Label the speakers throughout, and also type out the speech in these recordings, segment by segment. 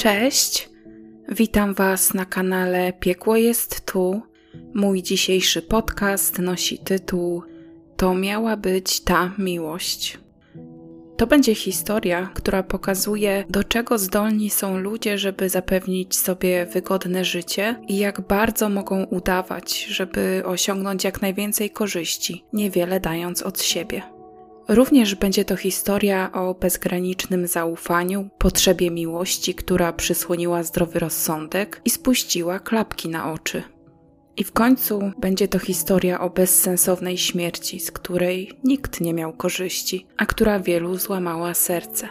Speaker 1: Cześć, witam Was na kanale Piekło jest tu. Mój dzisiejszy podcast nosi tytuł To miała być ta miłość. To będzie historia, która pokazuje, do czego zdolni są ludzie, żeby zapewnić sobie wygodne życie i jak bardzo mogą udawać, żeby osiągnąć jak najwięcej korzyści, niewiele dając od siebie. Również będzie to historia o bezgranicznym zaufaniu, potrzebie miłości, która przysłoniła zdrowy rozsądek i spuściła klapki na oczy. I w końcu będzie to historia o bezsensownej śmierci, z której nikt nie miał korzyści, a która wielu złamała serce.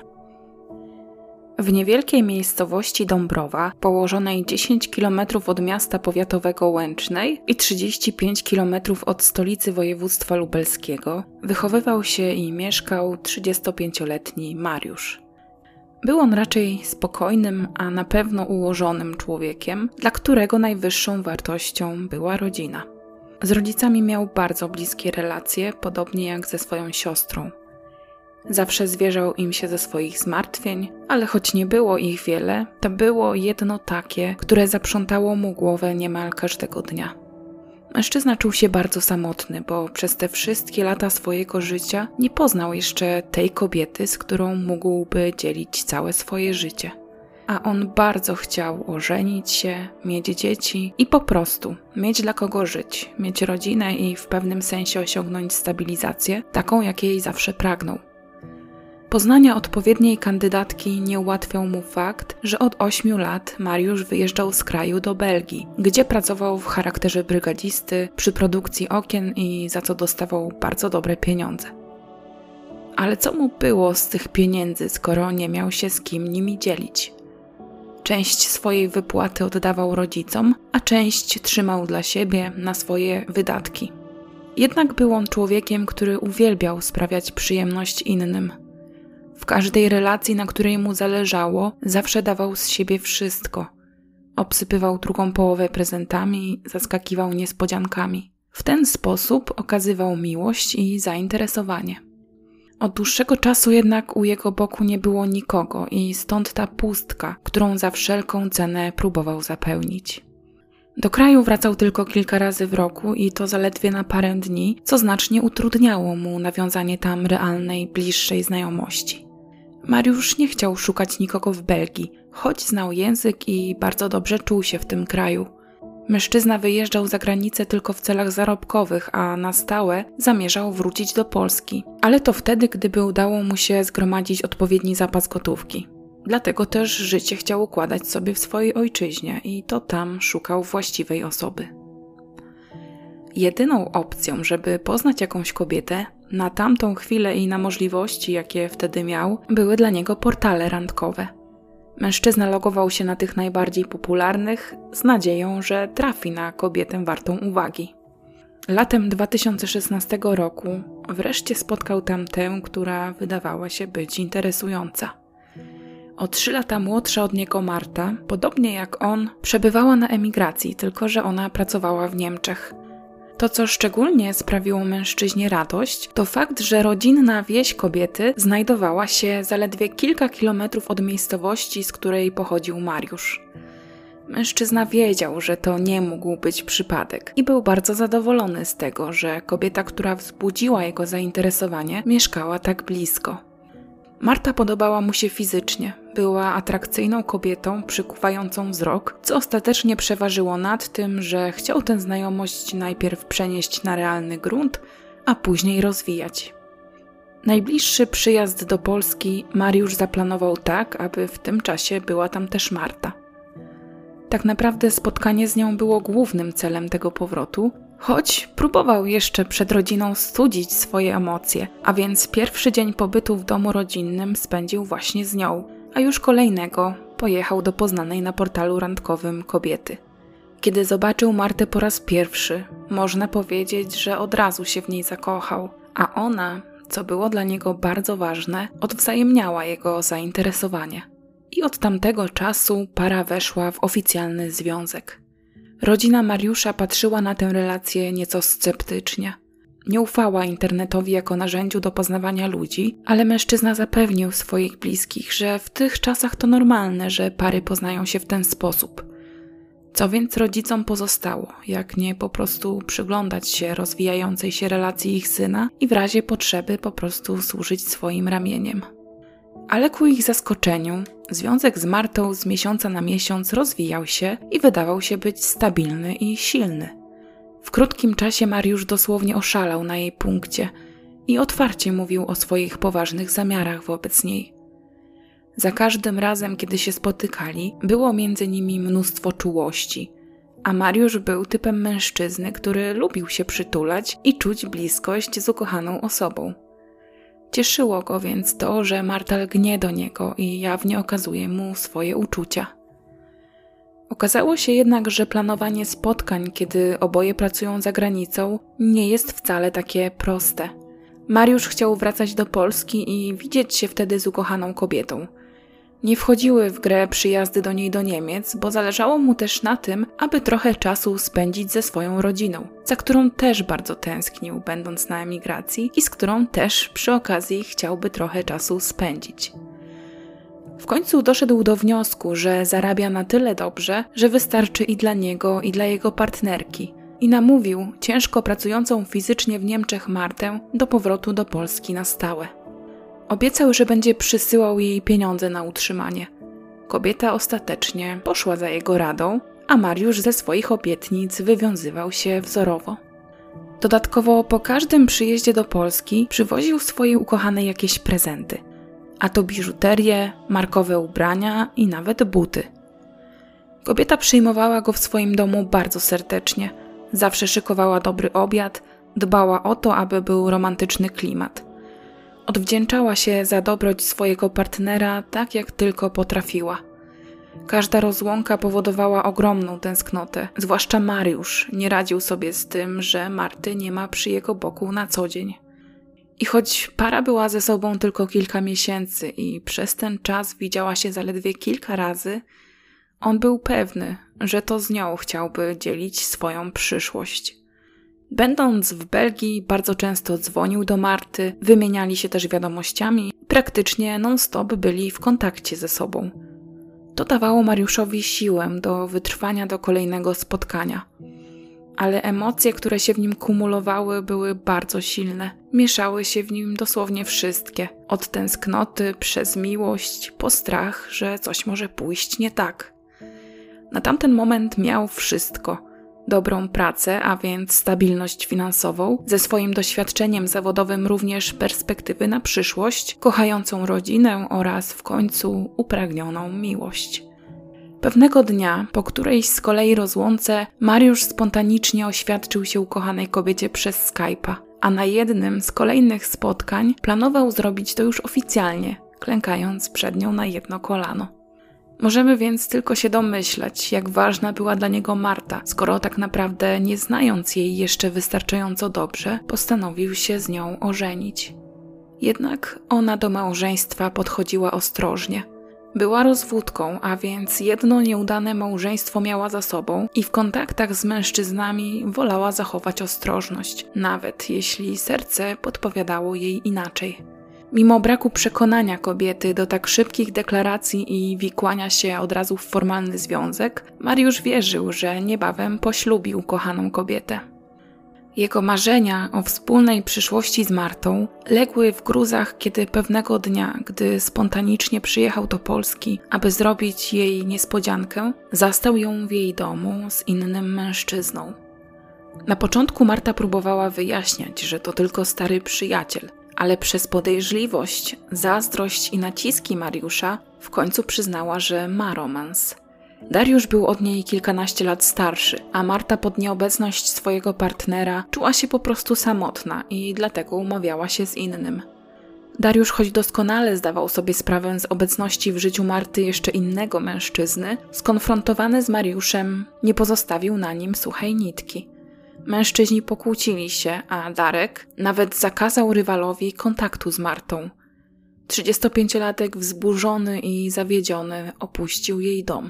Speaker 1: W niewielkiej miejscowości Dąbrowa, położonej 10 km od miasta powiatowego Łęcznej i 35 km od stolicy województwa lubelskiego, wychowywał się i mieszkał 35-letni Mariusz. Był on raczej spokojnym, a na pewno ułożonym człowiekiem, dla którego najwyższą wartością była rodzina. Z rodzicami miał bardzo bliskie relacje, podobnie jak ze swoją siostrą. Zawsze zwierzał im się ze swoich zmartwień, ale choć nie było ich wiele, to było jedno takie, które zaprzątało mu głowę niemal każdego dnia. Mężczyzna czuł się bardzo samotny, bo przez te wszystkie lata swojego życia nie poznał jeszcze tej kobiety, z którą mógłby dzielić całe swoje życie. A on bardzo chciał ożenić się, mieć dzieci i po prostu mieć dla kogo żyć, mieć rodzinę i w pewnym sensie osiągnąć stabilizację, taką jakiej zawsze pragnął. Poznania odpowiedniej kandydatki nie ułatwiał mu fakt, że od 8 lat Mariusz wyjeżdżał z kraju do Belgii, gdzie pracował w charakterze brygadzisty przy produkcji okien i za co dostawał bardzo dobre pieniądze. Ale co mu było z tych pieniędzy, skoro nie miał się z kim nimi dzielić? Część swojej wypłaty oddawał rodzicom, a część trzymał dla siebie na swoje wydatki. Jednak był on człowiekiem, który uwielbiał sprawiać przyjemność innym. W każdej relacji, na której mu zależało, zawsze dawał z siebie wszystko. Obsypywał drugą połowę prezentami, zaskakiwał niespodziankami. W ten sposób okazywał miłość i zainteresowanie. Od dłuższego czasu jednak u jego boku nie było nikogo i stąd ta pustka, którą za wszelką cenę próbował zapełnić. Do kraju wracał tylko kilka razy w roku i to zaledwie na parę dni, co znacznie utrudniało mu nawiązanie tam realnej, bliższej znajomości. Mariusz nie chciał szukać nikogo w Belgii, choć znał język i bardzo dobrze czuł się w tym kraju. Mężczyzna wyjeżdżał za granicę tylko w celach zarobkowych, a na stałe zamierzał wrócić do Polski. Ale to wtedy, gdyby udało mu się zgromadzić odpowiedni zapas gotówki. Dlatego też życie chciał układać sobie w swojej ojczyźnie i to tam szukał właściwej osoby. Jedyną opcją, żeby poznać jakąś kobietę, na tamtą chwilę i na możliwości, jakie wtedy miał, były dla niego portale randkowe. Mężczyzna logował się na tych najbardziej popularnych z nadzieją, że trafi na kobietę wartą uwagi. Latem 2016 roku wreszcie spotkał tam tę, która wydawała się być interesująca. O 3 lata młodsza od niego Marta, podobnie jak on, przebywała na emigracji, tylko że ona pracowała w Niemczech. To, co szczególnie sprawiło mężczyźnie radość, to fakt, że rodzinna wieś kobiety znajdowała się zaledwie kilka kilometrów od miejscowości, z której pochodził Mariusz. Mężczyzna wiedział, że to nie mógł być przypadek i był bardzo zadowolony z tego, że kobieta, która wzbudziła jego zainteresowanie, mieszkała tak blisko. Marta podobała mu się fizycznie. Była atrakcyjną kobietą, przykuwającą wzrok, co ostatecznie przeważyło nad tym, że chciał tę znajomość najpierw przenieść na realny grunt, a później rozwijać. Najbliższy przyjazd do Polski Mariusz zaplanował tak, aby w tym czasie była tam też Marta. Tak naprawdę spotkanie z nią było głównym celem tego powrotu, choć próbował jeszcze przed rodziną studzić swoje emocje, a więc pierwszy dzień pobytu w domu rodzinnym spędził właśnie z nią, a już kolejnego pojechał do poznanej na portalu randkowym kobiety. Kiedy zobaczył Martę po raz pierwszy, można powiedzieć, że od razu się w niej zakochał, a ona, co było dla niego bardzo ważne, odwzajemniała jego zainteresowanie. I od tamtego czasu para weszła w oficjalny związek. Rodzina Mariusza patrzyła na tę relację nieco sceptycznie. Nie ufała internetowi jako narzędziu do poznawania ludzi, ale mężczyzna zapewnił swoich bliskich, że w tych czasach to normalne, że pary poznają się w ten sposób. Co więc rodzicom pozostało, jak nie po prostu przyglądać się rozwijającej się relacji ich syna i w razie potrzeby po prostu służyć swoim ramieniem. Ale ku ich zaskoczeniu, związek z Martą z miesiąca na miesiąc rozwijał się i wydawał się być stabilny i silny. W krótkim czasie Mariusz dosłownie oszalał na jej punkcie i otwarcie mówił o swoich poważnych zamiarach wobec niej. Za każdym razem, kiedy się spotykali, było między nimi mnóstwo czułości, a Mariusz był typem mężczyzny, który lubił się przytulać i czuć bliskość z ukochaną osobą. Cieszyło go więc to, że Marta lgnie do niego i jawnie okazuje mu swoje uczucia. Okazało się jednak, że planowanie spotkań, kiedy oboje pracują za granicą, nie jest wcale takie proste. Mariusz chciał wracać do Polski i widzieć się wtedy z ukochaną kobietą. Nie wchodziły w grę przyjazdy do niej do Niemiec, bo zależało mu też na tym, aby trochę czasu spędzić ze swoją rodziną, za którą też bardzo tęsknił, będąc na emigracji i z którą też przy okazji chciałby trochę czasu spędzić. W końcu doszedł do wniosku, że zarabia na tyle dobrze, że wystarczy i dla niego, i dla jego partnerki. I namówił ciężko pracującą fizycznie w Niemczech Martę do powrotu do Polski na stałe. Obiecał, że będzie przysyłał jej pieniądze na utrzymanie. Kobieta ostatecznie poszła za jego radą, a Mariusz ze swoich obietnic wywiązywał się wzorowo. Dodatkowo po każdym przyjeździe do Polski przywoził swojej ukochanej jakieś prezenty. A to biżuterię, markowe ubrania i nawet buty. Kobieta przyjmowała go w swoim domu bardzo serdecznie. Zawsze szykowała dobry obiad, dbała o to, aby był romantyczny klimat. Odwdzięczała się za dobroć swojego partnera tak, jak tylko potrafiła. Każda rozłąka powodowała ogromną tęsknotę, zwłaszcza Mariusz nie radził sobie z tym, że Marty nie ma przy jego boku na co dzień. I choć para była ze sobą tylko kilka miesięcy i przez ten czas widziała się zaledwie kilka razy, on był pewny, że to z nią chciałby dzielić swoją przyszłość. Będąc w Belgii, bardzo często dzwonił do Marty, wymieniali się też wiadomościami, praktycznie non-stop byli w kontakcie ze sobą. To dawało Mariuszowi siłę do wytrwania do kolejnego spotkania. Ale emocje, które się w nim kumulowały, były bardzo silne. Mieszały się w nim dosłownie wszystkie. Od tęsknoty, przez miłość, po strach, że coś może pójść nie tak. Na tamten moment miał wszystko. Dobrą pracę, a więc stabilność finansową, ze swoim doświadczeniem zawodowym również perspektywy na przyszłość, kochającą rodzinę oraz w końcu upragnioną miłość. Pewnego dnia, po którejś z kolei rozłące, Mariusz spontanicznie oświadczył się ukochanej kobiecie przez Skype'a, a na jednym z kolejnych spotkań planował zrobić to już oficjalnie, klękając przed nią na jedno kolano. Możemy więc tylko się domyślać, jak ważna była dla niego Marta, skoro tak naprawdę, nie znając jej jeszcze wystarczająco dobrze, postanowił się z nią ożenić. Jednak ona do małżeństwa podchodziła ostrożnie. Była rozwódką, a więc jedno nieudane małżeństwo miała za sobą i w kontaktach z mężczyznami wolała zachować ostrożność, nawet jeśli serce podpowiadało jej inaczej. Mimo braku przekonania kobiety do tak szybkich deklaracji i wikłania się od razu w formalny związek, Mariusz wierzył, że niebawem poślubi ukochaną kobietę. Jego marzenia o wspólnej przyszłości z Martą legły w gruzach, kiedy pewnego dnia, gdy spontanicznie przyjechał do Polski, aby zrobić jej niespodziankę, zastał ją w jej domu z innym mężczyzną. Na początku Marta próbowała wyjaśniać, że to tylko stary przyjaciel, ale przez podejrzliwość, zazdrość i naciski Mariusza w końcu przyznała, że ma romans. Dariusz był od niej kilkanaście lat starszy, a Marta pod nieobecność swojego partnera czuła się po prostu samotna i dlatego umawiała się z innym. Dariusz, choć doskonale zdawał sobie sprawę z obecności w życiu Marty jeszcze innego mężczyzny, skonfrontowany z Mariuszem nie pozostawił na nim suchej nitki. Mężczyźni pokłócili się, a Darek nawet zakazał rywalowi kontaktu z Martą. 35-latek wzburzony i zawiedziony opuścił jej dom.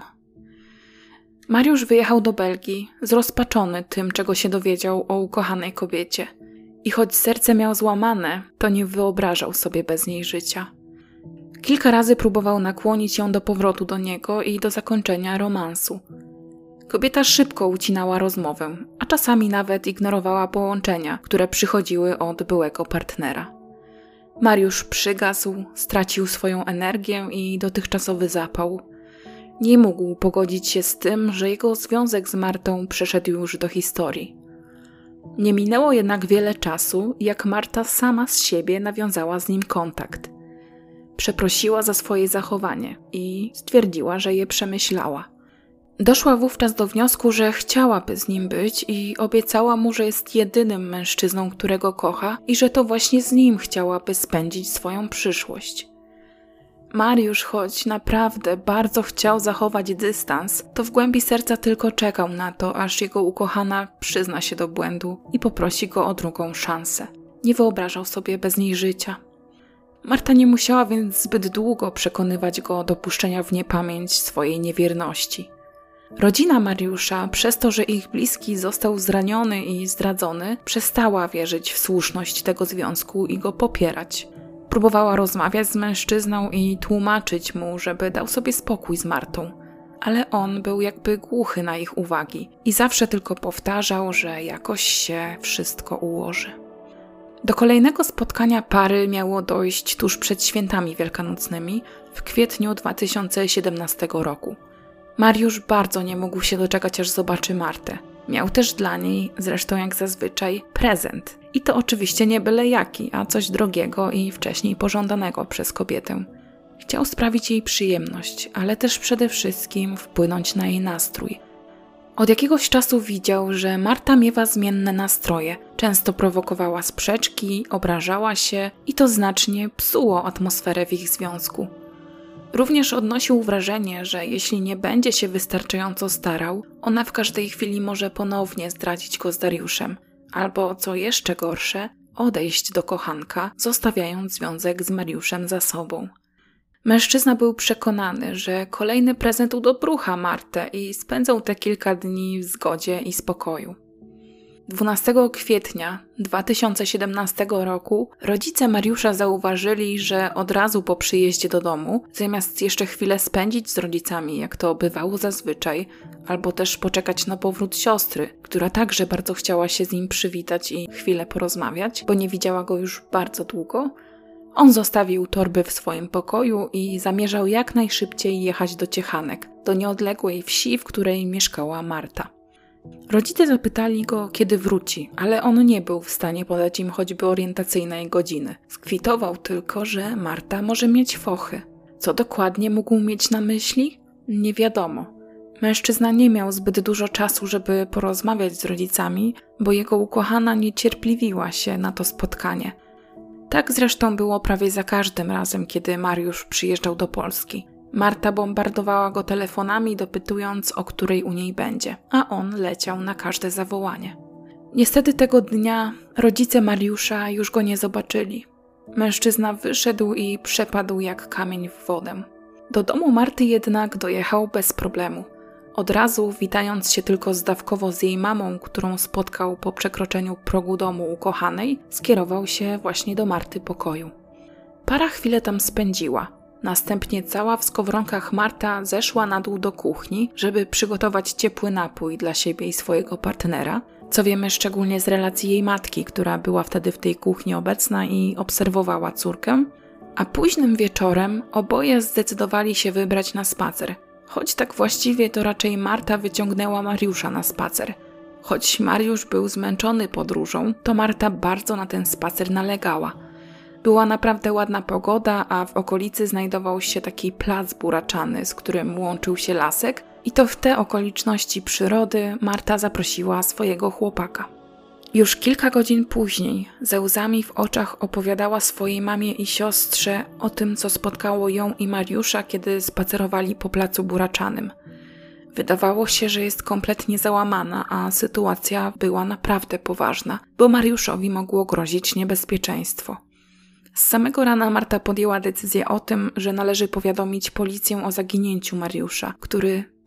Speaker 1: Mariusz wyjechał do Belgii, zrozpaczony tym, czego się dowiedział o ukochanej kobiecie. I choć serce miał złamane, to nie wyobrażał sobie bez niej życia. Kilka razy próbował nakłonić ją do powrotu do niego i do zakończenia romansu. Kobieta szybko ucinała rozmowę, a czasami nawet ignorowała połączenia, które przychodziły od byłego partnera. Mariusz przygasł, stracił swoją energię i dotychczasowy zapał. Nie mógł pogodzić się z tym, że jego związek z Martą przeszedł już do historii. Nie minęło jednak wiele czasu, jak Marta sama z siebie nawiązała z nim kontakt. Przeprosiła za swoje zachowanie i stwierdziła, że je przemyślała. Doszła wówczas do wniosku, że chciałaby z nim być i obiecała mu, że jest jedynym mężczyzną, którego kocha i że to właśnie z nim chciałaby spędzić swoją przyszłość. Mariusz, choć naprawdę bardzo chciał zachować dystans, to w głębi serca tylko czekał na to, aż jego ukochana przyzna się do błędu i poprosi go o drugą szansę. Nie wyobrażał sobie bez niej życia. Marta nie musiała więc zbyt długo przekonywać go do puszczenia w niepamięć swojej niewierności. Rodzina Mariusza, przez to, że ich bliski został zraniony i zdradzony, przestała wierzyć w słuszność tego związku i go popierać. Próbowała rozmawiać z mężczyzną i tłumaczyć mu, żeby dał sobie spokój z Martą. Ale on był jakby głuchy na ich uwagi i zawsze tylko powtarzał, że jakoś się wszystko ułoży. Do kolejnego spotkania pary miało dojść tuż przed świętami wielkanocnymi w kwietniu 2017 roku. Mariusz bardzo nie mógł się doczekać, aż zobaczy Martę. Miał też dla niej, zresztą jak zazwyczaj, prezent. I to oczywiście nie byle jaki, a coś drogiego i wcześniej pożądanego przez kobietę. Chciał sprawić jej przyjemność, ale też przede wszystkim wpłynąć na jej nastrój. Od jakiegoś czasu widział, że Marta miewa zmienne nastroje. Często prowokowała sprzeczki, obrażała się i to znacznie psuło atmosferę w ich związku. Również odnosił wrażenie, że jeśli nie będzie się wystarczająco starał, ona w każdej chwili może ponownie zdradzić go z Dariuszem, albo, co jeszcze gorsze, odejść do kochanka, zostawiając związek z Mariuszem za sobą. Mężczyzna był przekonany, że kolejny prezent udobrucha Martę i spędzą te kilka dni w zgodzie i spokoju. 12 kwietnia 2017 roku rodzice Mariusza zauważyli, że od razu po przyjeździe do domu, zamiast jeszcze chwilę spędzić z rodzicami, jak to bywało zazwyczaj, albo też poczekać na powrót siostry, która także bardzo chciała się z nim przywitać i chwilę porozmawiać, bo nie widziała go już bardzo długo, on zostawił torby w swoim pokoju i zamierzał jak najszybciej jechać do Ciechanek, do nieodległej wsi, w której mieszkała Marta. Rodzice zapytali go, kiedy wróci, ale on nie był w stanie podać im choćby orientacyjnej godziny. Skwitował tylko, że Marta może mieć fochy. Co dokładnie mógł mieć na myśli? Nie wiadomo. Mężczyzna nie miał zbyt dużo czasu, żeby porozmawiać z rodzicami, bo jego ukochana niecierpliwiła się na to spotkanie. Tak zresztą było prawie za każdym razem, kiedy Mariusz przyjeżdżał do Polski. Marta bombardowała go telefonami, dopytując, o której u niej będzie, a on leciał na każde zawołanie. Niestety tego dnia rodzice Mariusza już go nie zobaczyli. Mężczyzna wyszedł i przepadł jak kamień w wodę. Do domu Marty jednak dojechał bez problemu. Od razu, witając się tylko zdawkowo z jej mamą, którą spotkał po przekroczeniu progu domu ukochanej, skierował się właśnie do Marty pokoju. Para chwilę tam spędziła. Następnie cała w skowronkach Marta zeszła na dół do kuchni, żeby przygotować ciepły napój dla siebie i swojego partnera, co wiemy szczególnie z relacji jej matki, która była wtedy w tej kuchni obecna i obserwowała córkę, a późnym wieczorem oboje zdecydowali się wybrać na spacer. Choć tak właściwie to raczej Marta wyciągnęła Mariusza na spacer. Choć Mariusz był zmęczony podróżą, to Marta bardzo na ten spacer nalegała. Była naprawdę ładna pogoda, a w okolicy znajdował się taki plac buraczany, z którym łączył się lasek i to w te okoliczności przyrody Marta zaprosiła swojego chłopaka. Już kilka godzin później, ze łzami w oczach opowiadała swojej mamie i siostrze o tym, co spotkało ją i Mariusza, kiedy spacerowali po placu buraczanym. Wydawało się, że jest kompletnie załamana, a sytuacja była naprawdę poważna, bo Mariuszowi mogło grozić niebezpieczeństwo. Z samego rana Marta podjęła decyzję o tym, że należy powiadomić policję o zaginięciu Mariusza, który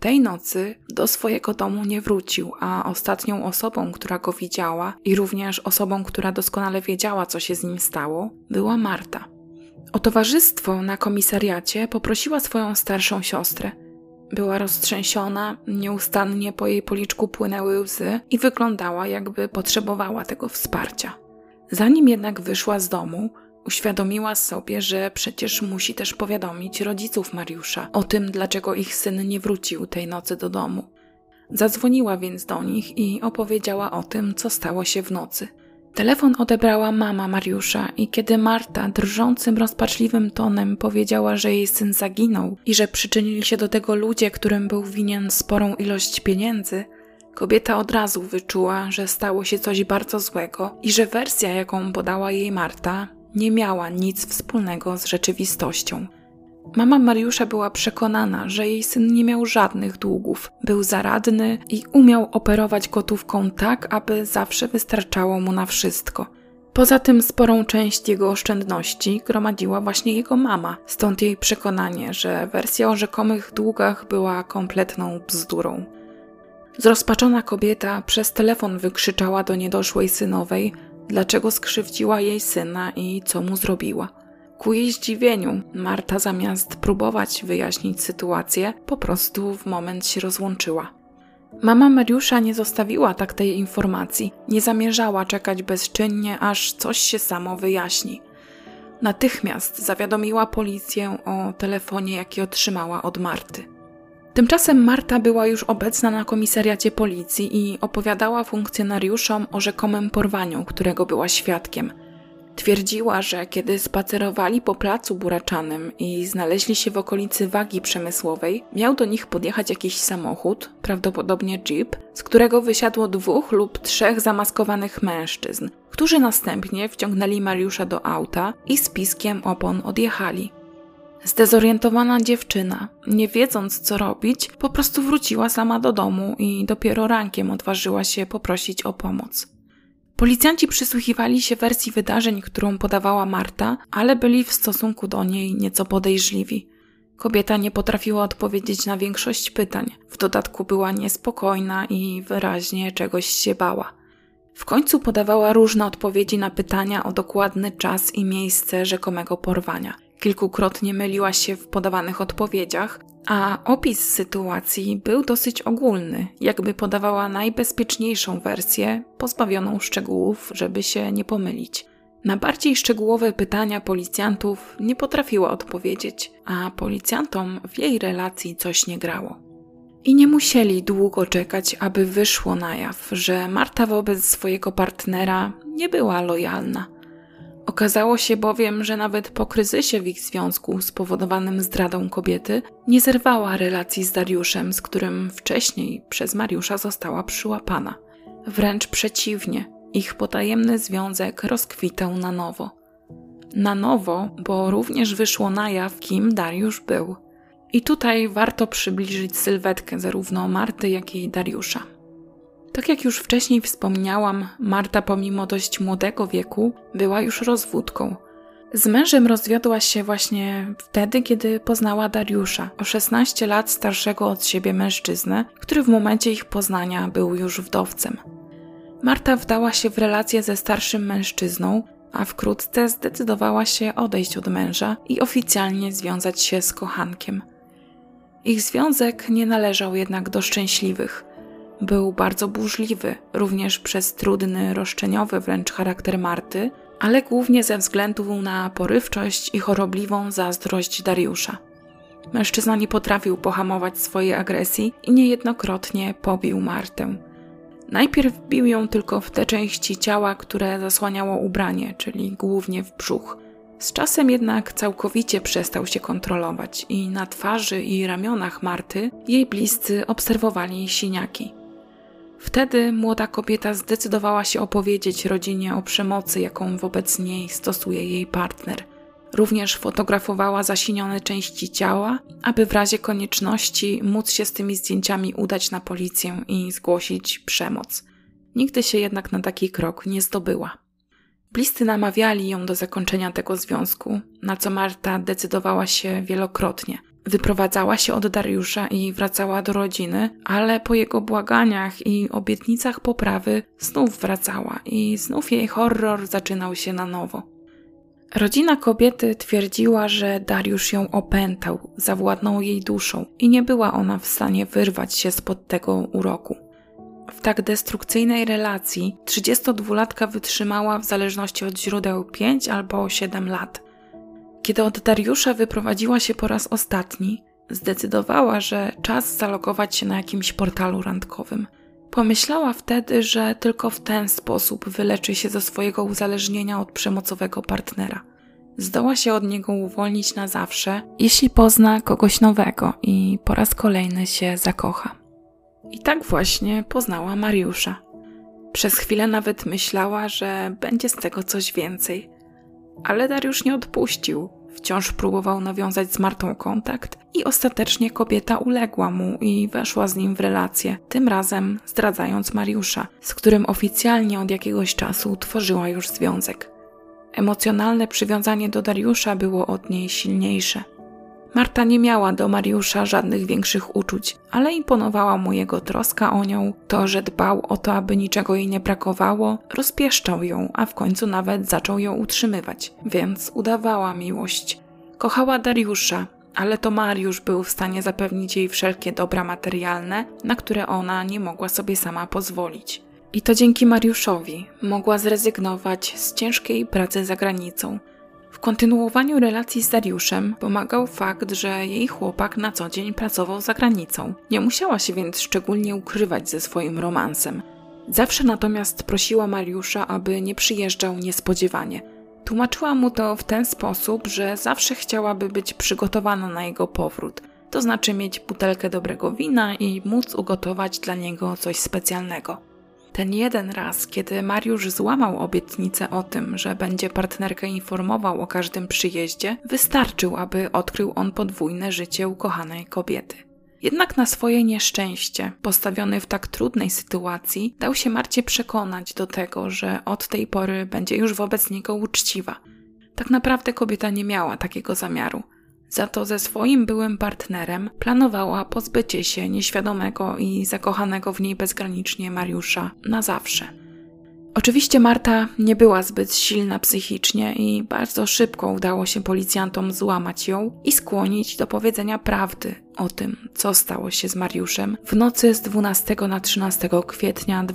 Speaker 1: Tej nocy do swojego domu nie wrócił, a ostatnią osobą, która go widziała i również osobą, która doskonale wiedziała, co się z nim stało, była Marta. O towarzystwo na komisariacie poprosiła swoją starszą siostrę. Była roztrzęsiona, nieustannie po jej policzku płynęły łzy i wyglądała, jakby potrzebowała tego wsparcia. Zanim jednak wyszła z domu, uświadomiła sobie, że przecież musi też powiadomić rodziców Mariusza o tym, dlaczego ich syn nie wrócił tej nocy do domu. Zadzwoniła więc do nich i opowiedziała o tym, co stało się w nocy. Telefon odebrała mama Mariusza i kiedy Marta drżącym, rozpaczliwym tonem powiedziała, że jej syn zaginął i że przyczynili się do tego ludzie, którym był winien sporą ilość pieniędzy, kobieta od razu wyczuła, że stało się coś bardzo złego i że wersja, jaką podała jej Marta, nie miała nic wspólnego z rzeczywistością. Mama Mariusza była przekonana, że jej syn nie miał żadnych długów, był zaradny i umiał operować gotówką tak, aby zawsze wystarczało mu na wszystko. Poza tym sporą część jego oszczędności gromadziła właśnie jego mama, stąd jej przekonanie, że wersja o rzekomych długach była kompletną bzdurą. Zrozpaczona kobieta przez telefon wykrzyczała do niedoszłej synowej, dlaczego skrzywdziła jej syna i co mu zrobiła. Ku jej zdziwieniu, Marta zamiast próbować wyjaśnić sytuację, po prostu w moment się rozłączyła. Mama Mariusza nie zostawiła tak tej informacji, nie zamierzała czekać bezczynnie, aż coś się samo wyjaśni. Natychmiast zawiadomiła policję o telefonie, jaki otrzymała od Marty. Tymczasem Marta była już obecna na komisariacie policji i opowiadała funkcjonariuszom o rzekomym porwaniu, którego była świadkiem. Twierdziła, że kiedy spacerowali po placu Buraczanym i znaleźli się w okolicy Wagi Przemysłowej, miał do nich podjechać jakiś samochód, prawdopodobnie jeep, z którego wysiadło 2 lub 3 zamaskowanych mężczyzn, którzy następnie wciągnęli Mariusza do auta i z piskiem opon odjechali. Zdezorientowana dziewczyna, nie wiedząc co robić, po prostu wróciła sama do domu i dopiero rankiem odważyła się poprosić o pomoc. Policjanci przysłuchiwali się wersji wydarzeń, którą podawała Marta, ale byli w stosunku do niej nieco podejrzliwi. Kobieta nie potrafiła odpowiedzieć na większość pytań, w dodatku była niespokojna i wyraźnie czegoś się bała. W końcu podawała różne odpowiedzi na pytania o dokładny czas i miejsce rzekomego porwania. Kilkukrotnie myliła się w podawanych odpowiedziach, a opis sytuacji był dosyć ogólny, jakby podawała najbezpieczniejszą wersję, pozbawioną szczegółów, żeby się nie pomylić. Na bardziej szczegółowe pytania policjantów nie potrafiła odpowiedzieć, a policjantom w jej relacji coś nie grało. I nie musieli długo czekać, aby wyszło na jaw, że Marta wobec swojego partnera nie była lojalna. Okazało się bowiem, że nawet po kryzysie w ich związku spowodowanym zdradą kobiety nie zerwała relacji z Dariuszem, z którym wcześniej przez Mariusza została przyłapana. Wręcz przeciwnie, ich potajemny związek rozkwitał na nowo. Na nowo, bo również wyszło na jaw, kim Dariusz był. I tutaj warto przybliżyć sylwetkę zarówno Marty, jak i Dariusza. Tak jak już wcześniej wspomniałam, Marta pomimo dość młodego wieku była już rozwódką. Z mężem rozwiodła się właśnie wtedy, kiedy poznała Dariusza, o 16 lat starszego od siebie mężczyznę, który w momencie ich poznania był już wdowcem. Marta wdała się w relację ze starszym mężczyzną, a wkrótce zdecydowała się odejść od męża i oficjalnie związać się z kochankiem. Ich związek nie należał jednak do szczęśliwych. Był bardzo burzliwy, również przez trudny, roszczeniowy wręcz charakter Marty, ale głównie ze względu na porywczość i chorobliwą zazdrość Dariusza. Mężczyzna nie potrafił pohamować swojej agresji i niejednokrotnie pobił Martę. Najpierw bił ją tylko w te części ciała, które zasłaniało ubranie, czyli głównie w brzuch. Z czasem jednak całkowicie przestał się kontrolować i na twarzy i ramionach Marty jej bliscy obserwowali siniaki. Wtedy młoda kobieta zdecydowała się opowiedzieć rodzinie o przemocy, jaką wobec niej stosuje jej partner. Również fotografowała zasinione części ciała, aby w razie konieczności móc się z tymi zdjęciami udać na policję i zgłosić przemoc. Nigdy się jednak na taki krok nie zdobyła. Bliscy namawiali ją do zakończenia tego związku, na co Marta decydowała się wielokrotnie. Wyprowadzała się od Dariusza i wracała do rodziny, ale po jego błaganiach i obietnicach poprawy znów wracała i znów jej horror zaczynał się na nowo. Rodzina kobiety twierdziła, że Dariusz ją opętał, zawładnął jej duszą i nie była ona w stanie wyrwać się spod tego uroku. W tak destrukcyjnej relacji 32-latka wytrzymała w zależności od źródeł 5 albo 7 lat. Kiedy od Dariusza wyprowadziła się po raz ostatni, zdecydowała, że czas zalogować się na jakimś portalu randkowym. Pomyślała wtedy, że tylko w ten sposób wyleczy się ze swojego uzależnienia od przemocowego partnera. Zdoła się od niego uwolnić na zawsze, jeśli pozna kogoś nowego i po raz kolejny się zakocha. I tak właśnie poznała Mariusza. Przez chwilę nawet myślała, że będzie z tego coś więcej. Ale Dariusz nie odpuścił. Wciąż próbował nawiązać z Martą kontakt i ostatecznie kobieta uległa mu i weszła z nim w relację, tym razem zdradzając Mariusza, z którym oficjalnie od jakiegoś czasu tworzyła już związek. Emocjonalne przywiązanie do Dariusza było od niej silniejsze. Marta nie miała do Mariusza żadnych większych uczuć, ale imponowała mu jego troska o nią, to, że dbał o to, aby niczego jej nie brakowało, rozpieszczał ją, a w końcu nawet zaczął ją utrzymywać, więc udawała miłość. Kochała Dariusza, ale to Mariusz był w stanie zapewnić jej wszelkie dobra materialne, na które ona nie mogła sobie sama pozwolić. I to dzięki Mariuszowi mogła zrezygnować z ciężkiej pracy za granicą. W kontynuowaniu relacji z Dariuszem pomagał fakt, że jej chłopak na co dzień pracował za granicą. Nie musiała się więc szczególnie ukrywać ze swoim romansem. Zawsze natomiast prosiła Mariusza, aby nie przyjeżdżał niespodziewanie. Tłumaczyła mu to w ten sposób, że zawsze chciałaby być przygotowana na jego powrót. To znaczy mieć butelkę dobrego wina i móc ugotować dla niego coś specjalnego. Ten jeden raz, kiedy Mariusz złamał obietnicę o tym, że będzie partnerkę informował o każdym przyjeździe, wystarczył, aby odkrył on podwójne życie ukochanej kobiety. Jednak na swoje nieszczęście, postawiony w tak trudnej sytuacji, dał się Marcie przekonać do tego, że od tej pory będzie już wobec niego uczciwa. Tak naprawdę kobieta nie miała takiego zamiaru. Za to ze swoim byłym partnerem planowała pozbycie się nieświadomego i zakochanego w niej bezgranicznie Mariusza na zawsze. Oczywiście Marta nie była zbyt silna psychicznie i bardzo szybko udało się policjantom złamać ją i skłonić do powiedzenia prawdy o tym, co stało się z Mariuszem w nocy z 12 na 13 kwietnia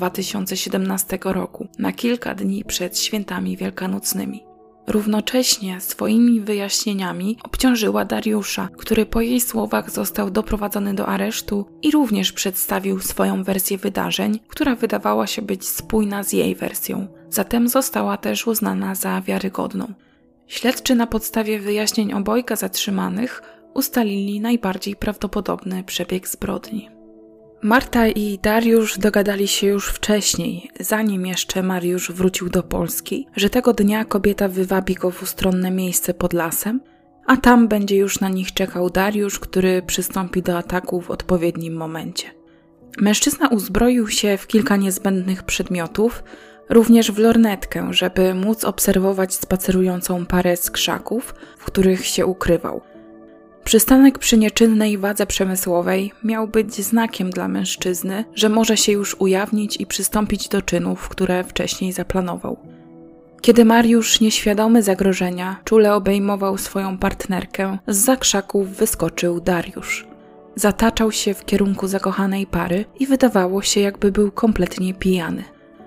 Speaker 1: 2017 roku, na kilka dni przed świętami wielkanocnymi. Równocześnie swoimi wyjaśnieniami obciążyła Dariusza, który po jej słowach został doprowadzony do aresztu i również przedstawił swoją wersję wydarzeń, która wydawała się być spójna z jej wersją. Zatem została też uznana za wiarygodną. Śledczy na podstawie wyjaśnień obojga zatrzymanych ustalili najbardziej prawdopodobny przebieg zbrodni. Marta i Dariusz dogadali się już wcześniej, zanim jeszcze Mariusz wrócił do Polski, że tego dnia kobieta wywabi go w ustronne miejsce pod lasem, a tam będzie już na nich czekał Dariusz, który przystąpi do ataku w odpowiednim momencie. Mężczyzna uzbroił się w kilka niezbędnych przedmiotów, również w lornetkę, żeby móc obserwować spacerującą parę z krzaków, w których się ukrywał. Przystanek przy nieczynnej wadze przemysłowej miał być znakiem dla mężczyzny, że może się już ujawnić i przystąpić do czynów, które wcześniej zaplanował. Kiedy Mariusz, nieświadomy zagrożenia, czule obejmował swoją partnerkę, zza krzaków wyskoczył Dariusz. Zataczał się w kierunku zakochanej pary i wydawało się, jakby był kompletnie pijany.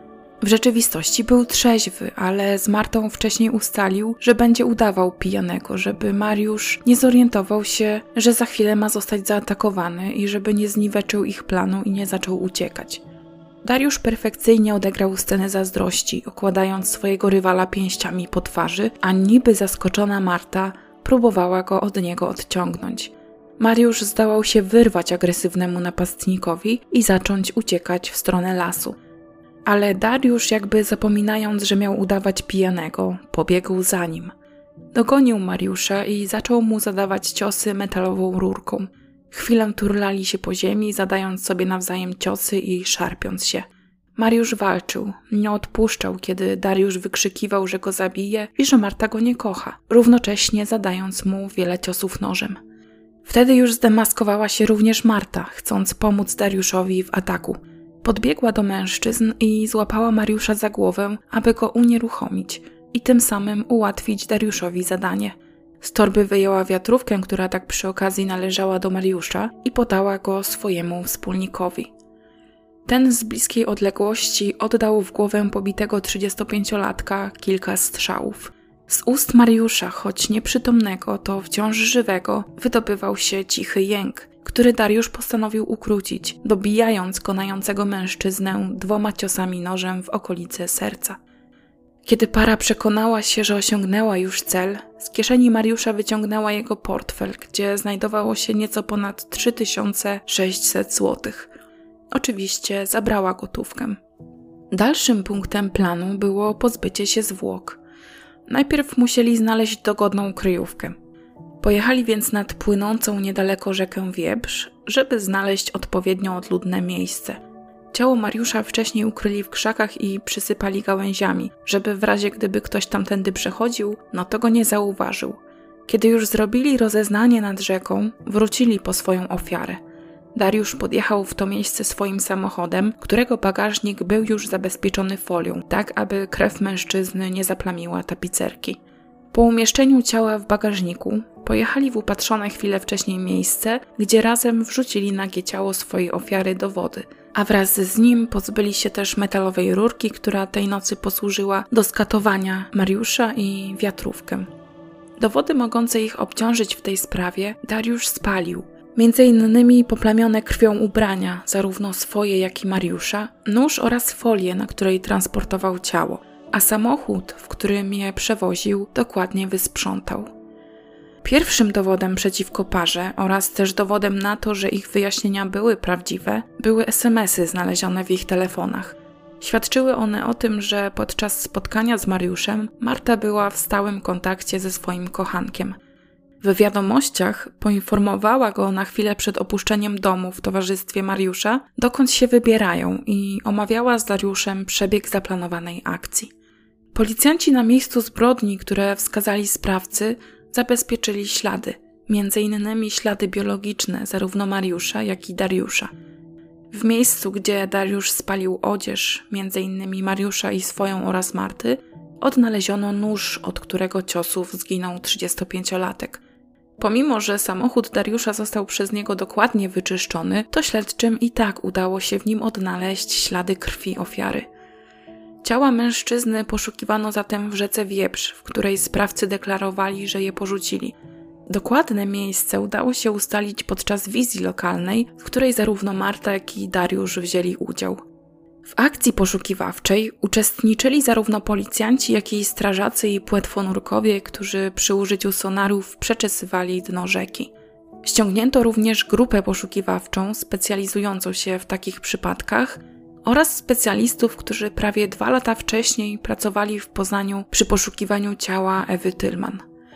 Speaker 1: W rzeczywistości był trzeźwy, ale z Martą wcześniej ustalił, że będzie udawał pijanego, żeby Mariusz nie zorientował się, że za chwilę ma zostać zaatakowany i żeby nie zniweczył ich planu i nie zaczął uciekać. Dariusz perfekcyjnie odegrał scenę zazdrości, okładając swojego rywala pięściami po twarzy, a niby zaskoczona Marta próbowała go od niego odciągnąć. Mariusz zdołał się wyrwać agresywnemu napastnikowi i zacząć uciekać w stronę lasu. Ale Dariusz, jakby zapominając, że miał udawać pijanego, pobiegł za nim. Dogonił Mariusza i zaczął mu zadawać ciosy metalową rurką. Chwilę turlali się po ziemi, zadając sobie nawzajem ciosy i szarpiąc się. Mariusz walczył, nie odpuszczał, kiedy Dariusz wykrzykiwał, że go zabije i że Marta go nie kocha, równocześnie zadając mu wiele ciosów nożem. Wtedy już zdemaskowała się również Marta, chcąc pomóc Dariuszowi w ataku. Podbiegła do mężczyzn i złapała Mariusza za głowę, aby go unieruchomić i tym samym ułatwić Dariuszowi zadanie. Z torby wyjęła wiatrówkę, która tak przy okazji należała do Mariusza i podała go swojemu wspólnikowi. Ten z bliskiej odległości oddał w głowę pobitego 35-latka kilka strzałów. Z ust Mariusza, choć nieprzytomnego, to wciąż żywego, wydobywał się cichy jęk, który Dariusz postanowił ukrócić, dobijając konającego mężczyznę 2 ciosami nożem w okolice serca. Kiedy para przekonała się, że osiągnęła już cel, z kieszeni Mariusza wyciągnęła jego portfel, gdzie znajdowało się nieco ponad 3600 zł. Oczywiście zabrała gotówkę. Dalszym punktem planu było pozbycie się zwłok. Najpierw musieli znaleźć dogodną kryjówkę. Pojechali więc nad płynącą niedaleko rzekę Wieprz, żeby znaleźć odpowiednio odludne miejsce. Ciało Mariusza wcześniej ukryli w krzakach i przysypali gałęziami, żeby w razie gdyby ktoś tamtędy przechodził, to go nie zauważył. Kiedy już zrobili rozeznanie nad rzeką, wrócili po swoją ofiarę. Dariusz podjechał w to miejsce swoim samochodem, którego bagażnik był już zabezpieczony folią, tak aby krew mężczyzny nie zaplamiła tapicerki. Po umieszczeniu ciała w bagażniku pojechali w upatrzone chwilę wcześniej miejsce, gdzie razem wrzucili nagie ciało swojej ofiary do wody, a wraz z nim pozbyli się też metalowej rurki, która tej nocy posłużyła do skatowania Mariusza i wiatrówkę. Dowody mogące ich obciążyć w tej sprawie Dariusz spalił. Między innymi poplamione krwią ubrania, zarówno swoje jak i Mariusza, nóż oraz folię, na której transportował ciało, a samochód, w którym je przewoził, dokładnie wysprzątał. Pierwszym dowodem przeciwko parze oraz też dowodem na to, że ich wyjaśnienia były prawdziwe, były SMS-y znalezione w ich telefonach. Świadczyły one o tym, że podczas spotkania z Mariuszem Marta była w stałym kontakcie ze swoim kochankiem. W wiadomościach poinformowała go na chwilę przed opuszczeniem domu w towarzystwie Mariusza, dokąd się wybierają i omawiała z Dariuszem przebieg zaplanowanej akcji. Policjanci na miejscu zbrodni, które wskazali sprawcy, zabezpieczyli ślady, m.in. ślady biologiczne zarówno Mariusza, jak i Dariusza. W miejscu, gdzie Dariusz spalił odzież, m.in. Mariusza i swoją oraz Marty, odnaleziono nóż, od którego ciosów zginął 35-latek. Pomimo że samochód Dariusza został przez niego dokładnie wyczyszczony, to śledczym i tak udało się w nim odnaleźć ślady krwi ofiary. Ciała mężczyzny poszukiwano zatem w rzece Wieprz, w której sprawcy deklarowali, że je porzucili. Dokładne miejsce udało się ustalić podczas wizji lokalnej, w której zarówno Marta, jak i Dariusz wzięli udział. W akcji poszukiwawczej uczestniczyli zarówno policjanci, jak i strażacy i płetwonurkowie, którzy przy użyciu sonarów przeczesywali dno rzeki. Ściągnięto również grupę poszukiwawczą specjalizującą się w takich przypadkach oraz specjalistów, którzy prawie 2 lata wcześniej pracowali w Poznaniu przy poszukiwaniu ciała Ewy Tylman.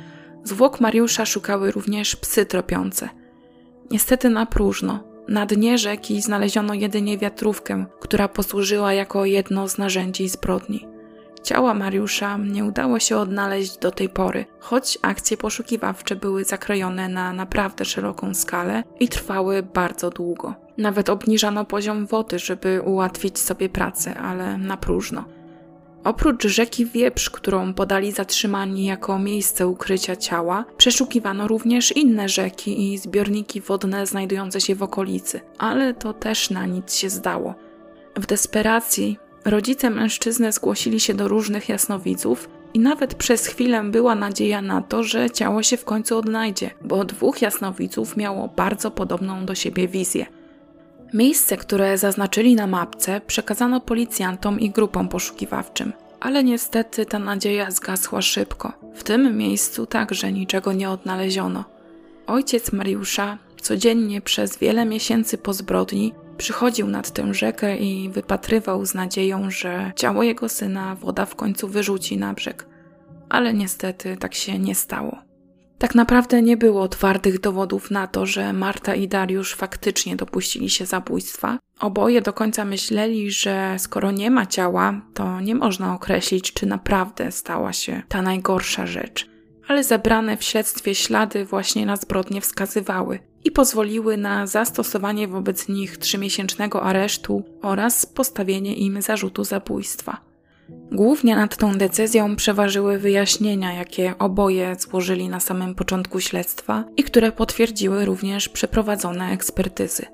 Speaker 1: Zwłok Mariusza szukały również psy tropiące. Niestety na próżno. Na dnie rzeki znaleziono jedynie wiatrówkę, która posłużyła jako jedno z narzędzi zbrodni. Ciała Mariusza nie udało się odnaleźć do tej pory, choć akcje poszukiwawcze były zakrojone na naprawdę szeroką skalę i trwały bardzo długo. Nawet obniżano poziom wody, żeby ułatwić sobie pracę, ale na próżno. Oprócz rzeki Wieprz, którą podali zatrzymani jako miejsce ukrycia ciała, przeszukiwano również inne rzeki i zbiorniki wodne znajdujące się w okolicy, ale to też na nic się zdało. W desperacji rodzice mężczyzny zgłosili się do różnych jasnowidzów i nawet przez chwilę była nadzieja na to, że ciało się w końcu odnajdzie, bo 2 jasnowidzów miało bardzo podobną do siebie wizję. Miejsce, które zaznaczyli na mapce, przekazano policjantom i grupom poszukiwawczym, ale niestety ta nadzieja zgasła szybko. W tym miejscu także niczego nie odnaleziono. Ojciec Mariusza codziennie przez wiele miesięcy po zbrodni przychodził nad tę rzekę i wypatrywał z nadzieją, że ciało jego syna woda w końcu wyrzuci na brzeg. Ale niestety tak się nie stało. Tak naprawdę nie było twardych dowodów na to, że Marta i Dariusz faktycznie dopuścili się zabójstwa. Oboje do końca myśleli, że skoro nie ma ciała, to nie można określić, czy naprawdę stała się ta najgorsza rzecz. ale zebrane w śledztwie ślady właśnie na zbrodnie wskazywały i pozwoliły na zastosowanie wobec nich 3-miesięcznego aresztu oraz postawienie im zarzutu zabójstwa. Głównie nad tą decyzją przeważyły wyjaśnienia, jakie oboje złożyli na samym początku śledztwa i które potwierdziły również przeprowadzone ekspertyzy.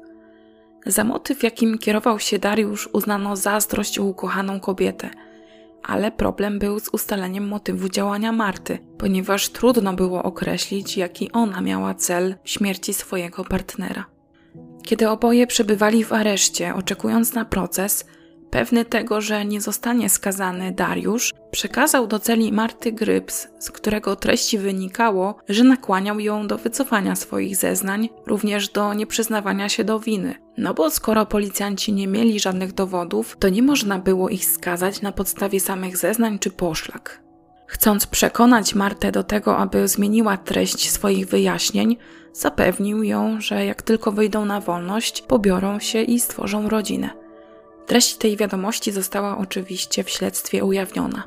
Speaker 1: Za motyw, jakim kierował się Dariusz, uznano zazdrość o ukochaną kobietę, ale problem był z ustaleniem motywu działania Marty, ponieważ trudno było określić, jaki ona miała cel w śmierci swojego partnera. Kiedy oboje przebywali w areszcie, oczekując na proces, pewny tego, że nie zostanie skazany, Dariusz przekazał do celi Marty gryps, z którego treści wynikało, że nakłaniał ją do wycofania swoich zeznań, również do nieprzyznawania się do winy. No bo skoro policjanci nie mieli żadnych dowodów, to nie można było ich skazać na podstawie samych zeznań czy poszlak. Chcąc przekonać Martę do tego, aby zmieniła treść swoich wyjaśnień, zapewnił ją, że jak tylko wyjdą na wolność, pobiorą się i stworzą rodzinę. Treść tej wiadomości została oczywiście w śledztwie ujawniona.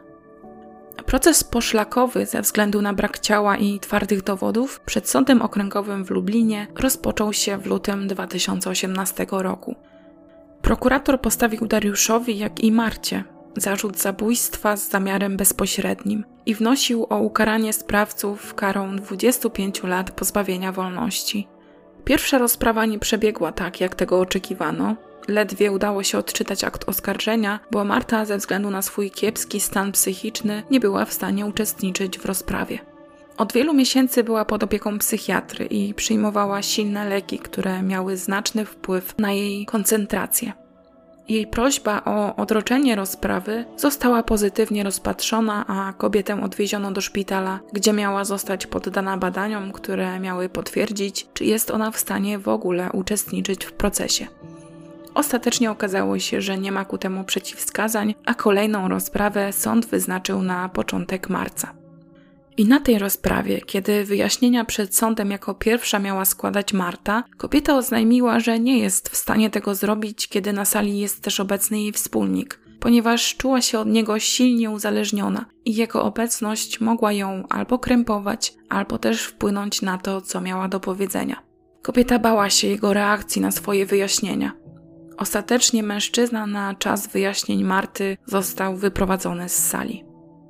Speaker 1: Proces poszlakowy ze względu na brak ciała i twardych dowodów przed Sądem Okręgowym w Lublinie rozpoczął się w lutym 2018 roku. Prokurator postawił Dariuszowi, jak i Marcie, zarzut zabójstwa z zamiarem bezpośrednim i wnosił o ukaranie sprawców karą 25 lat pozbawienia wolności. Pierwsza rozprawa nie przebiegła tak, jak tego oczekiwano. Ledwie udało się odczytać akt oskarżenia, bo Marta ze względu na swój kiepski stan psychiczny nie była w stanie uczestniczyć w rozprawie. Od wielu miesięcy była pod opieką psychiatry i przyjmowała silne leki, które miały znaczny wpływ na jej koncentrację. Jej prośba o odroczenie rozprawy została pozytywnie rozpatrzona, a kobietę odwieziono do szpitala, gdzie miała zostać poddana badaniom, które miały potwierdzić, czy jest ona w stanie w ogóle uczestniczyć w procesie. Ostatecznie okazało się, że nie ma ku temu przeciwwskazań, a kolejną rozprawę sąd wyznaczył na początek marca. I na tej rozprawie, kiedy wyjaśnienia przed sądem jako pierwsza miała składać Marta, kobieta oznajmiła, że nie jest w stanie tego zrobić, kiedy na sali jest też obecny jej wspólnik, ponieważ czuła się od niego silnie uzależniona i jego obecność mogła ją albo krępować, albo też wpłynąć na to, co miała do powiedzenia. Kobieta bała się jego reakcji na swoje wyjaśnienia. Ostatecznie mężczyzna na czas wyjaśnień Marty został wyprowadzony z sali.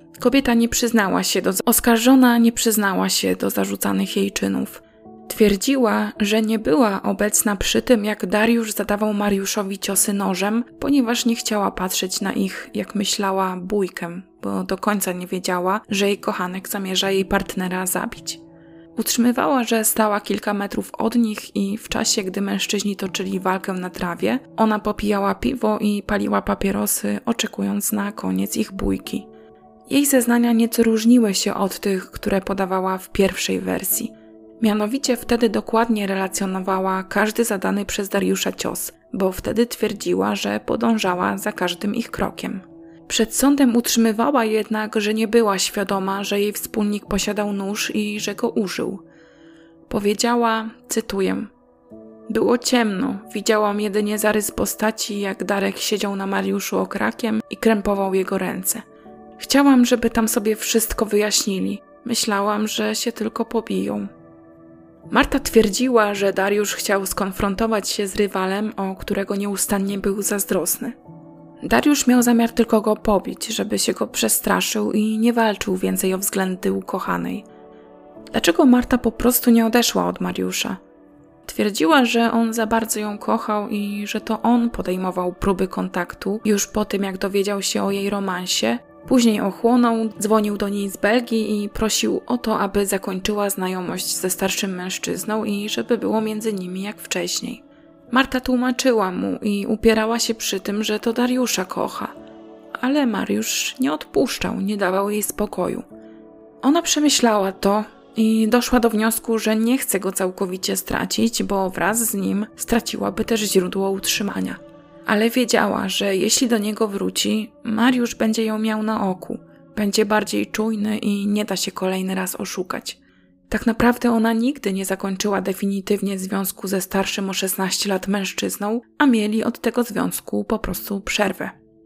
Speaker 1: Oskarżona nie przyznała się do zarzucanych jej czynów. Twierdziła, że nie była obecna przy tym, jak Dariusz zadawał Mariuszowi ciosy nożem, ponieważ nie chciała patrzeć na ich, jak myślała, bójkę, bo do końca nie wiedziała, że jej kochanek zamierza jej partnera zabić. Utrzymywała, że stała kilka metrów od nich i w czasie, gdy mężczyźni toczyli walkę na trawie, ona popijała piwo i paliła papierosy, oczekując na koniec ich bójki. Jej zeznania nieco różniły się od tych, które podawała w pierwszej wersji. Mianowicie wtedy dokładnie relacjonowała każdy zadany przez Dariusza cios, bo wtedy twierdziła, że podążała za każdym ich krokiem. Przed sądem utrzymywała jednak, że nie była świadoma, że jej wspólnik posiadał nóż i że go użył. Powiedziała, cytuję: było ciemno, widziałam jedynie zarys postaci, jak Darek siedział na Mariuszu okrakiem i krępował jego ręce. Chciałam, żeby tam sobie wszystko wyjaśnili. Myślałam, że się tylko pobiją. Marta twierdziła, że Dariusz chciał skonfrontować się z rywalem, o którego nieustannie był zazdrosny. Dariusz miał zamiar tylko go pobić, żeby się go przestraszył i nie walczył więcej o względy ukochanej. Dlaczego Marta po prostu nie odeszła od Mariusza? Twierdziła, że on za bardzo ją kochał i że to on podejmował próby kontaktu już po tym, jak dowiedział się o jej romansie. Później ochłonął, dzwonił do niej z Belgii i prosił o to, aby zakończyła znajomość ze starszym mężczyzną i żeby było między nimi jak wcześniej. Marta tłumaczyła mu i upierała się przy tym, że to Dariusza kocha. Ale Mariusz nie odpuszczał, nie dawał jej spokoju. Ona przemyślała to i doszła do wniosku, że nie chce go całkowicie stracić, bo wraz z nim straciłaby też źródło utrzymania. Ale wiedziała, że jeśli do niego wróci, Mariusz będzie ją miał na oku, będzie bardziej czujny i nie da się kolejny raz oszukać. Tak naprawdę ona nigdy nie zakończyła definitywnie związku ze starszym o 16 lat mężczyzną, a mieli od tego związku po prostu przerwę.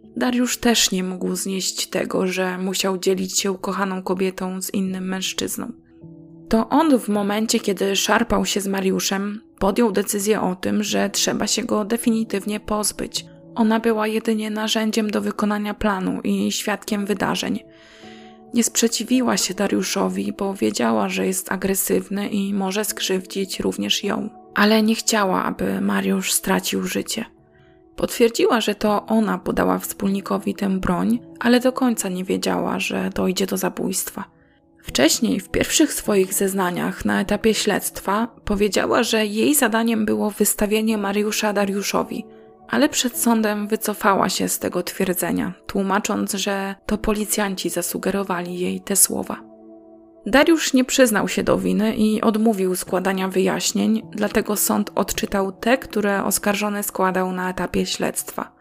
Speaker 1: Dariusz też nie mógł znieść tego, że musiał dzielić się ukochaną kobietą z innym mężczyzną. To on w momencie, kiedy szarpał się z Mariuszem, podjął decyzję o tym, że trzeba się go definitywnie pozbyć. Ona była jedynie narzędziem do wykonania planu i świadkiem wydarzeń. Nie sprzeciwiła się Dariuszowi, bo wiedziała, że jest agresywny i może skrzywdzić również ją. Ale nie chciała, aby Mariusz stracił życie. Potwierdziła, że to ona podała wspólnikowi tę broń, ale do końca nie wiedziała, że dojdzie do zabójstwa. Wcześniej, w pierwszych swoich zeznaniach na etapie śledztwa, powiedziała, że jej zadaniem było wystawienie Mariusza Dariuszowi, ale przed sądem wycofała się z tego twierdzenia, tłumacząc, że to policjanci zasugerowali jej te słowa. Dariusz nie przyznał się do winy i odmówił składania wyjaśnień, dlatego sąd odczytał te, które oskarżony składał na etapie śledztwa.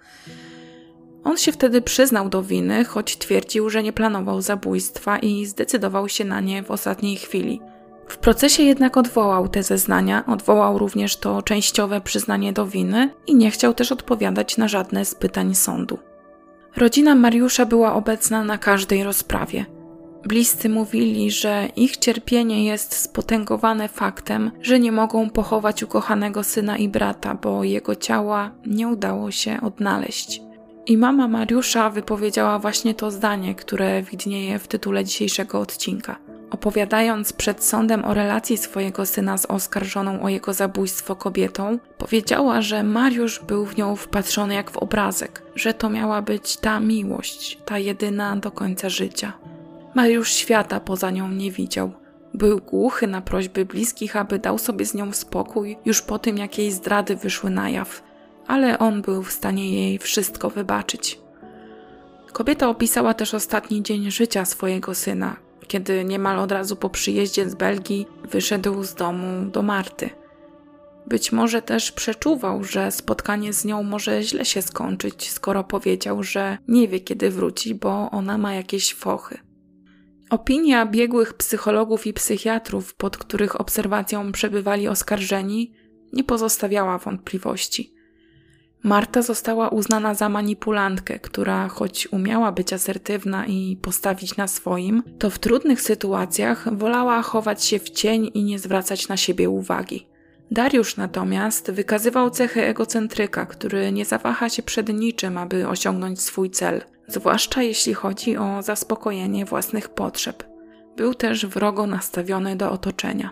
Speaker 1: On się wtedy przyznał do winy, choć twierdził, że nie planował zabójstwa i zdecydował się na nie w ostatniej chwili. W procesie jednak odwołał te zeznania, odwołał również to częściowe przyznanie do winy i nie chciał też odpowiadać na żadne z pytań sądu. Rodzina Mariusza była obecna na każdej rozprawie. Bliscy mówili, że ich cierpienie jest spotęgowane faktem, że nie mogą pochować ukochanego syna i brata, bo jego ciała nie udało się odnaleźć. I mama Mariusza wypowiedziała właśnie to zdanie, które widnieje w tytule dzisiejszego odcinka. Opowiadając przed sądem o relacji swojego syna z oskarżoną o jego zabójstwo kobietą, powiedziała, że Mariusz był w nią wpatrzony jak w obrazek, że to miała być ta miłość, ta jedyna do końca życia. Mariusz świata poza nią nie widział. Był głuchy na prośby bliskich, aby dał sobie z nią spokój już po tym, jak jej zdrady wyszły na jaw, ale on był w stanie jej wszystko wybaczyć. Kobieta opisała też ostatni dzień życia swojego syna, kiedy niemal od razu po przyjeździe z Belgii wyszedł z domu do Marty. Być może też przeczuwał, że spotkanie z nią może źle się skończyć, skoro powiedział, że nie wie kiedy wróci, bo ona ma jakieś fochy. Opinia biegłych psychologów i psychiatrów, pod których obserwacją przebywali oskarżeni, nie pozostawiała wątpliwości. Marta została uznana za manipulantkę, która choć umiała być asertywna i postawić na swoim, to w trudnych sytuacjach wolała chować się w cień i nie zwracać na siebie uwagi. Dariusz natomiast wykazywał cechy egocentryka, który nie zawaha się przed niczym, aby osiągnąć swój cel, zwłaszcza jeśli chodzi o zaspokojenie własnych potrzeb. Był też wrogo nastawiony do otoczenia.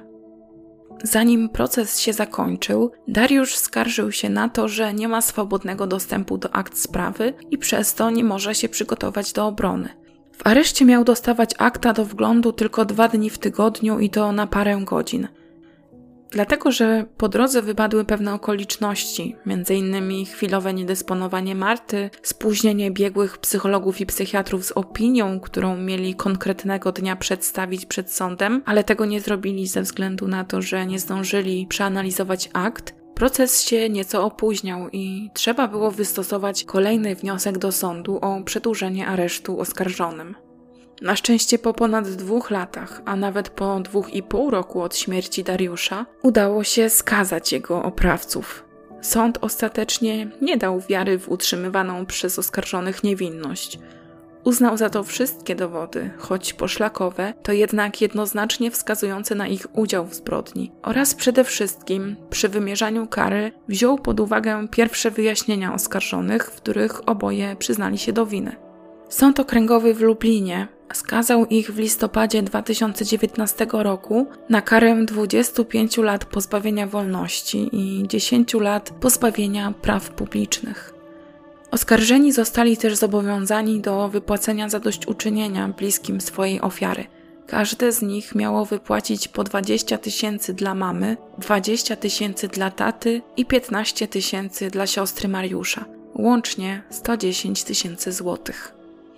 Speaker 1: Zanim proces się zakończył, Dariusz skarżył się na to, że nie ma swobodnego dostępu do akt sprawy i przez to nie może się przygotować do obrony. W areszcie miał dostawać akta do wglądu tylko 2 dni w tygodniu i to na parę godzin. Dlatego, że po drodze wypadły pewne okoliczności, m.in. chwilowe niedysponowanie Marty, spóźnienie biegłych psychologów i psychiatrów z opinią, którą mieli konkretnego dnia przedstawić przed sądem, ale tego nie zrobili ze względu na to, że nie zdążyli przeanalizować akt. Proces się nieco opóźniał i trzeba było wystosować kolejny wniosek do sądu o przedłużenie aresztu oskarżonym. Na szczęście po ponad 2 latach, a nawet po 2,5 roku od śmierci Dariusza, udało się skazać jego oprawców. Sąd ostatecznie nie dał wiary w utrzymywaną przez oskarżonych niewinność. Uznał za to wszystkie dowody, choć poszlakowe, to jednak jednoznacznie wskazujące na ich udział w zbrodni oraz przede wszystkim przy wymierzaniu kary wziął pod uwagę pierwsze wyjaśnienia oskarżonych, w których oboje przyznali się do winy. Sąd Okręgowy w Lublinie skazał ich w listopadzie 2019 roku na karę 25 lat pozbawienia wolności i 10 lat pozbawienia praw publicznych. Oskarżeni zostali też zobowiązani do wypłacenia zadośćuczynienia bliskim swojej ofiary. Każde z nich miało wypłacić po 20 000 dla mamy, 20 000 dla taty i 15 000 dla siostry Mariusza. Łącznie 110 000 złotych.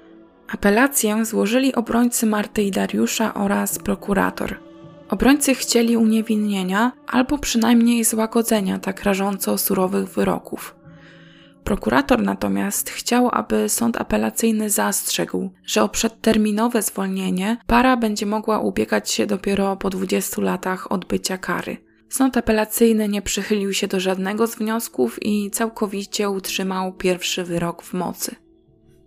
Speaker 1: Apelację złożyli obrońcy Marty i Dariusza oraz prokurator. Obrońcy chcieli uniewinnienia albo przynajmniej złagodzenia tak rażąco surowych wyroków. Prokurator natomiast chciał, aby sąd apelacyjny zastrzegł, że o przedterminowe zwolnienie para będzie mogła ubiegać się dopiero po 20 latach odbycia kary. Sąd apelacyjny nie przychylił się do żadnego z wniosków i całkowicie utrzymał pierwszy wyrok w mocy.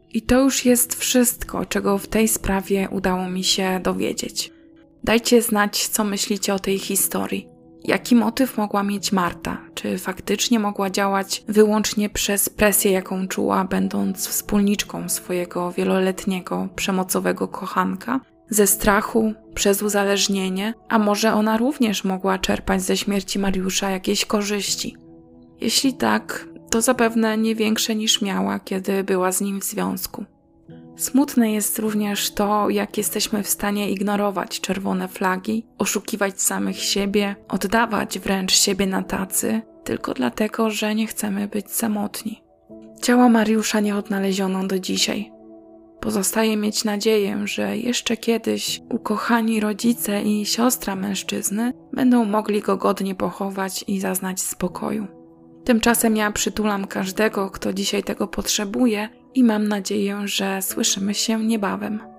Speaker 1: I to już jest wszystko, czego w tej sprawie udało mi się dowiedzieć. Dajcie znać, co myślicie o tej historii. Jaki motyw mogła mieć Marta? Czy faktycznie mogła działać wyłącznie przez presję, jaką czuła, będąc wspólniczką swojego wieloletniego, przemocowego kochanka? Ze strachu, przez uzależnienie? A może ona również mogła czerpać ze śmierci Mariusza jakieś korzyści? Jeśli tak, to zapewne nie większe niż miała, kiedy była z nim w związku. Smutne jest również to, jak jesteśmy w stanie ignorować czerwone flagi, oszukiwać samych siebie, oddawać wręcz siebie na tacy, tylko dlatego, że nie chcemy być samotni. Ciała Mariusza nie odnaleziono do dzisiaj. Pozostaje mieć nadzieję, że jeszcze kiedyś ukochani rodzice i siostra mężczyzny będą mogli go godnie pochować i zaznać spokoju. Tymczasem ja przytulam każdego, kto dzisiaj tego potrzebuje i mam nadzieję, że słyszymy się niebawem.